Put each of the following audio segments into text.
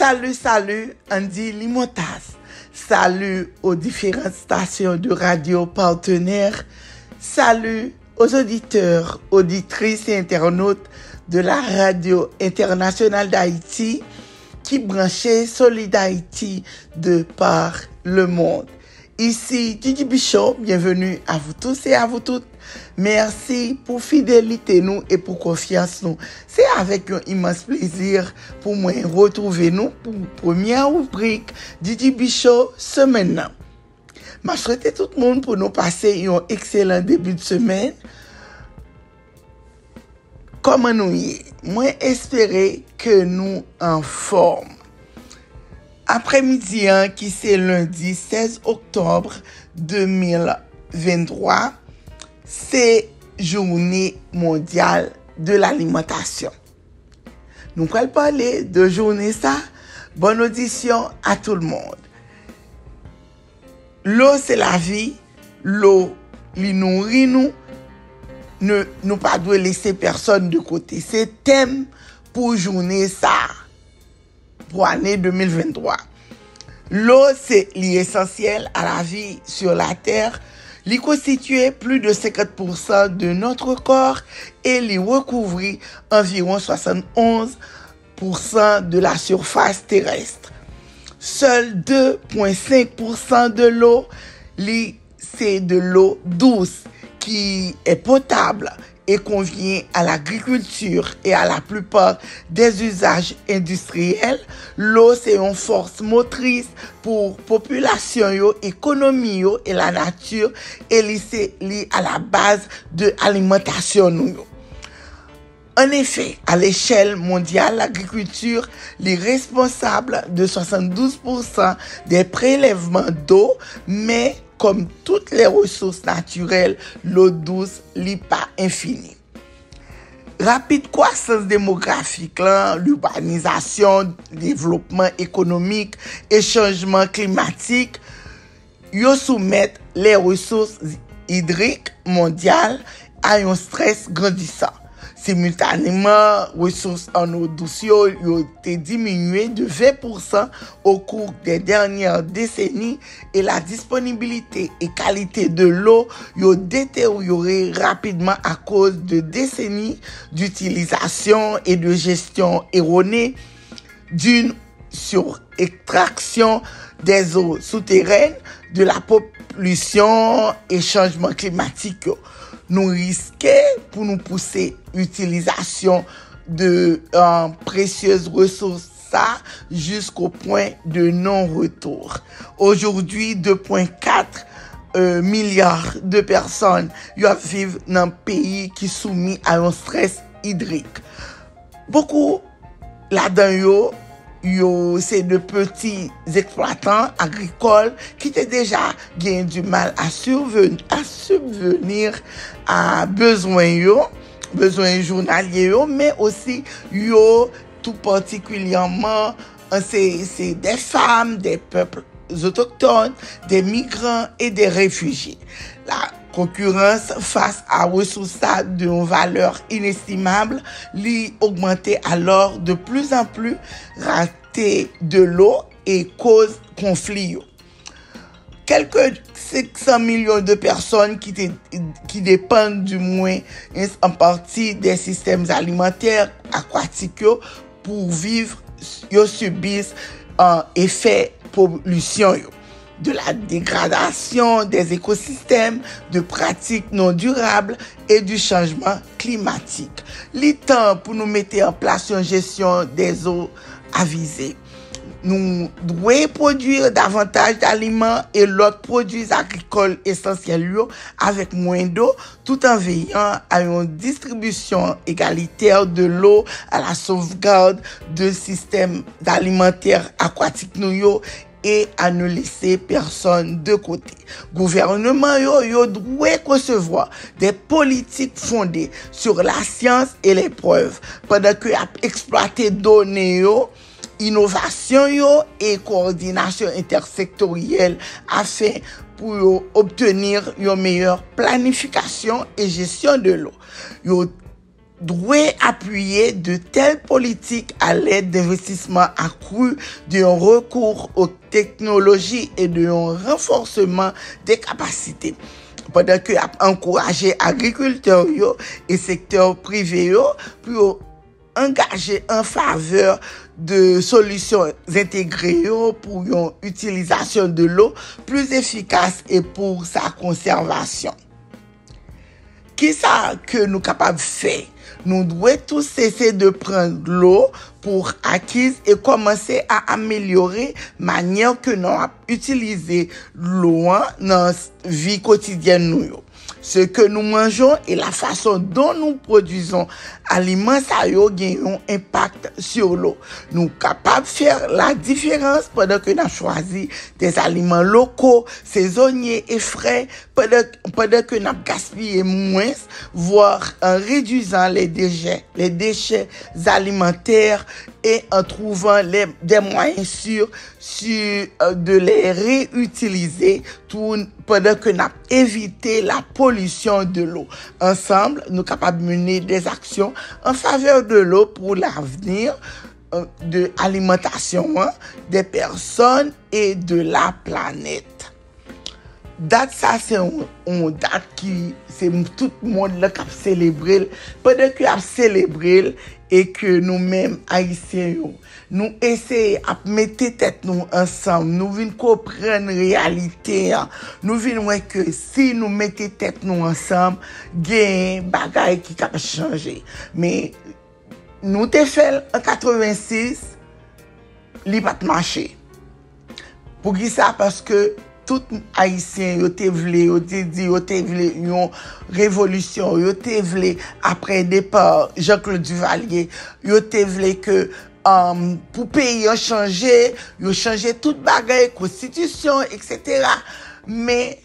Salut, Andy Limotas. Salut aux différentes stations de radio partenaires. Salut aux auditeurs, auditrices et internautes de la radio internationale d'Haïti qui branchait Solid Haïti de par le monde. Ici Didi Bichot, bienvenue à vous tous et à vous toutes. Merci pour fidélité nous et pour confiance nous. C'est avec un immense plaisir pour moi retrouver nous pour première rubrique Didi Bichot semaine. Je souhaite tout le monde pour nous passer un excellent début de semaine. Comment nous y est? Moi espérer que nous en forme. Après-midi, qui c'est lundi 16 octobre 2023, c'est journée mondiale de l'alimentation. Nous allons parler de journée ça. Bonne audition à tout le monde. L'eau, c'est la vie. L'eau, li nourrit nous. Nous pas doit laisser personne de côté. C'est thème pour journée ça. Pour l'année 2023. L'eau, c'est l'essentiel à la vie sur la Terre. Il constitue plus de 50% de notre corps et il recouvre environ 71% de la surface terrestre. Seul 2,5% de l'eau, c'est de l'eau douce qui est potable et convient à l'agriculture et à la plupart des usages industriels. L'eau, c'est une force motrice pour population, économie et la nature et c'est à la base de l'alimentation. En effet, à l'échelle mondiale, l'agriculture est responsable de 72% des prélèvements d'eau, mais comme toutes les ressources naturelles, l'eau douce n'est pas infinie. Rapide croissance démographique, l'urbanisation, le développement économique et changement climatique, ils soumettent les ressources hydriques mondiales à un stress grandissant. Simultanément, ressources en eau douce ont été diminuées de 20% au cours des dernières décennies et la disponibilité et qualité de l'eau ont détérioré rapidement à cause de décennies d'utilisation et de gestion erronée d'une surextraction des eaux souterraines, de la pollution et changement climatique. Nous risquons pour nous pousser l'utilisation de précieuses ressources jusqu'au point de non-retour. Aujourd'hui, 2,4 milliards de personnes vivent dans un pays qui est soumis à un stress hydrique. Beaucoup là-dedans, c'est de petits exploitants agricoles qui étaient déjà gain du mal à subvenir à besoins journaliers, mais aussi tout particulièrement c'est des femmes, des peuples autochtones, des migrants et des réfugiés. La concurrence face à ressources d'une valeur inestimable augmentait alors de plus en plus rater de l'eau et cause conflit. Quelques 500 millions de personnes qui dépendent du moins en partie des systèmes alimentaires aquatiques pour vivre, subissent un effet pollution, de la dégradation des écosystèmes, de pratiques non durables et du changement climatique. Il est temps pour nous mettre en place une gestion des eaux avisée. Nous devons produire davantage d'aliments et l'autre produits agricoles essentiels avec moins d'eau, tout en veillant à une distribution égalitaire de l'eau, à la sauvegarde de systèmes alimentaires aquatiques et à ne laisser personne de côté. Gouvernement doit concevoir des politiques fondées sur la science et les preuves pendant que exploiter données innovation et coordination intersectorielle afin pour obtenir une meilleure planification et gestion de l'eau. doit appuyer de telles politiques à l'aide d'investissements accrus, d'un recours aux technologies et d'un renforcement des capacités. Pendant que encourager agriculteurs et secteur privé pour engager en faveur de solutions intégrées pour une utilisation de l'eau plus efficace et pour sa conservation. Qui ça que nous capables de faire? Nous devons tous cesser de prendre l'eau pour acquise et commencer à améliorer la manière que nous utilisons l'eau dans la vie quotidienne. Ce que nous mangeons et la façon dont nous produisons aliments, ça a un impact sur l'eau. Nous sommes capables de faire la différence pendant que nous avons choisi des aliments locaux, saisonniers et frais, pendant que nous avons gaspillé moins, voire en réduisant les déchets alimentaires et en trouvant des moyens sûrs de les réutiliser pendant que nous avons évité la pollution de l'eau. Ensemble, nous sommes capables de mener des actions en faveur de l'eau pour l'avenir de l'alimentation des personnes et de la planète. Date ça, c'est une date qui, c'est tout le monde là qui a célébré. Pendant que a célébré et que nous-mêmes, Haïtiens, nous essayons de mettre tête nous ensemble, nous venons comprendre la réalité. Nous venons voir que si nous mettons tête nous ensemble, il y a des bagages qui peuvent changer. Mais nous t'ai fait en 86, il n'a pas marché. Pour qui ça? Parce que tout Haïtien, yo te vle une révolution, yo te vle après départ Jean-Claude Duvalier, yo te vle que pour pays a changé, yo changé toute bagaille, constitution, etc. Mais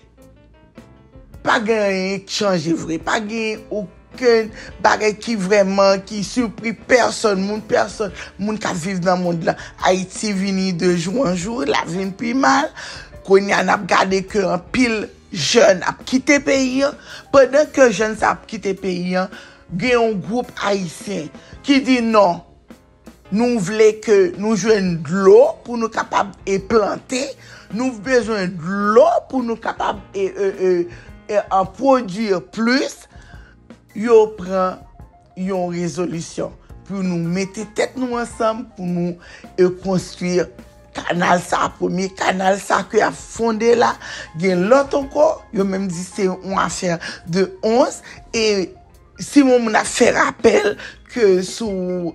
pas gagné changer vrai, pas gagné aucun bagaille qui vraiment qui surpris personne moun qui vivent dans le monde là. Haïti vini de jour en jour, la vie plus mal. Qu'on y a regardé que un pile jeune a quitté pays pendant que jeune a quitté pays, il y a un groupe haïtien qui dit non, nous voulons que nous jouions de l'eau pour nous capables de planter, nous avons besoin de l'eau pour nous capables de en produire plus. Yo prend une résolution pour nous mettre tête nous ensemble pour nous construire canal ça, premier canal ça que a fondé là, gen l'autre encore, yo même dit c'est une affaire de 11 et si on a fait rappel que sous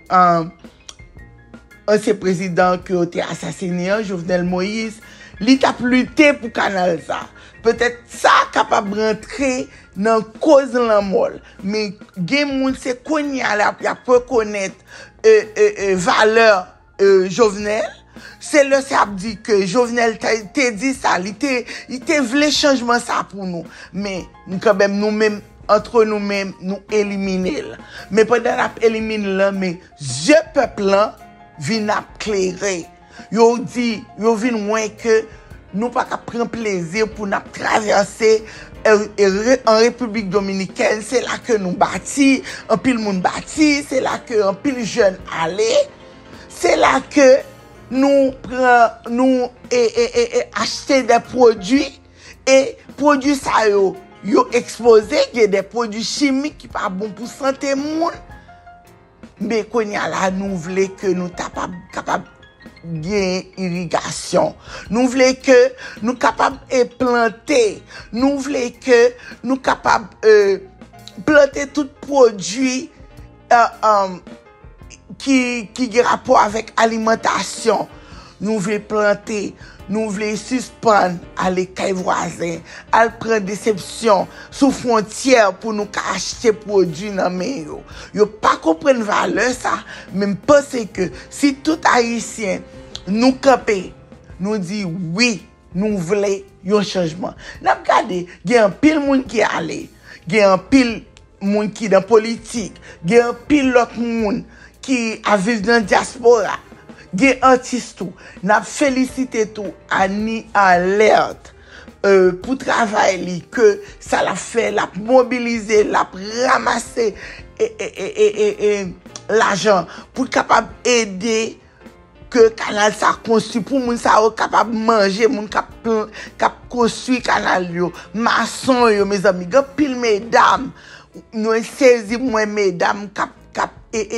ancien président qui a été assassiné, Jovenel Moïse, il a lutté pour canal ça. Peut-être ça capable de rentrer dans cause de la mort, mais gen moun c'est konny a la pour connaître valeur Jovenel. C'est le ça dit que Jovenel t'a dit ça, il te voulait changement ça pour nous, mais nous quand même nous-mêmes entre nous-mêmes nous éliminer. Mais pendant qu'on élimine là, mais je peuple là vient éclairer. Yo dit, yo vinn moins que nous pas qu'à prendre plaisir pour nous traverser en République dominicaine, c'est là que nous bâtis, un pile monde bâti, c'est là que un pile jeune allait, c'est là que nous acheter des produits et produits ça yo exposé, il y a des produits chimiques qui pas bon pour santé monde, mais qu'on y a là nous voulons que nous capable bien irrigation. Nous voulons que nous capables de planter. Nous voulons que nous capables planter tout produit qui a rapport avec alimentation. Nous voulons planter, nous voulons suspendre à l'écaille voisin, à prendre déception sous frontière pour nous acheter produits dans mes yo. Yo pas comprendre valeur ça, même penser que si tout haïtien nous camper, nous dit oui, nous voulons un changement. N'a regardé, il y a un pile monde qui est allé, il y a un pile monde qui est dans politique, il y a un pile l'autre monde qui a vécu dans la diaspora. Des artistes tout, n'a félicité tout Annie alerte pour travailler que ça l'a fait, l'a mobilisé, l'a ramassé l'argent pour capable aider que canal ça construit pour moun ça capable manger moun cap construit canal yo maçon yo mes amis grand pile mesdames nous saisi moi mesdames cap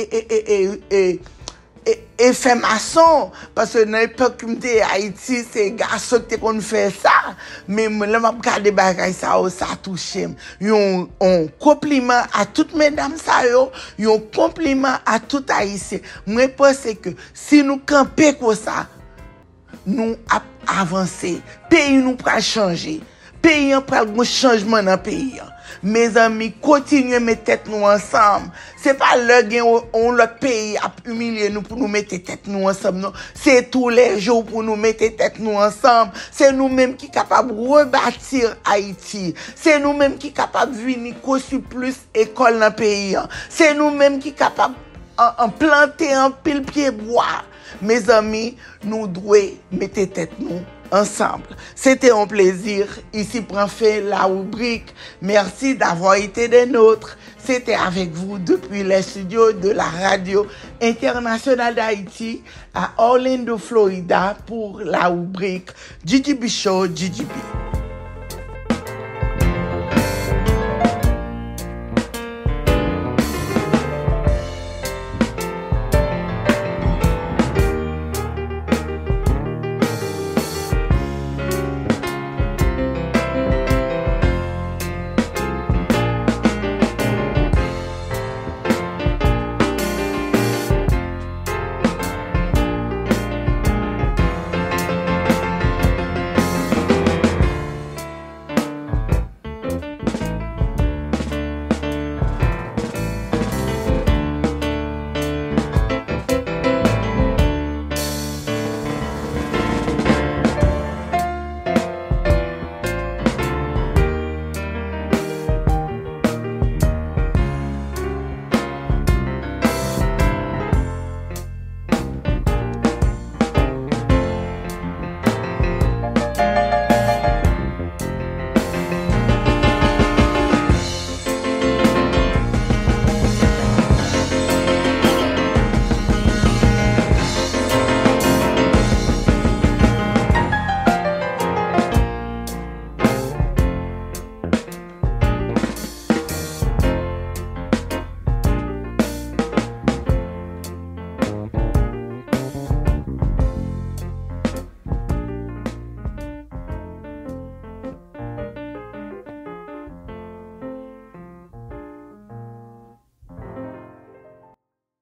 et fait maçon parce que dans l'époque de Haïti c'est garçon qui qu'on fait ça mais là m'a regarder bagay ça touche un compliment à toutes mesdames ça yo un compliment à tout haïtien moi pense que si nous camper comme ça nous avancer pays nous va changer pays en pral un changement dans pays. Mes amis, continuez mettre tête nous ensemble. C'est pas l'autre pays à humilier nous pour nous mettre tête nous ensemble. Non. C'est tous les jours pour nous mettre tête nous ensemble. C'est nous-mêmes qui capables de rebâtir Haïti. C'est nous-mêmes qui capables de venir construire plus école dans le pays. C'est nous-mêmes qui capables de planter un pile pied bois. Mes amis, nous devons mettre tête nous ensemble. C'était un plaisir. Ici prend fin la rubrique. Merci d'avoir été des nôtres. C'était avec vous depuis les studios de la radio internationale d'Haïti à Orlando, Florida pour la rubrique GGB Show GGB.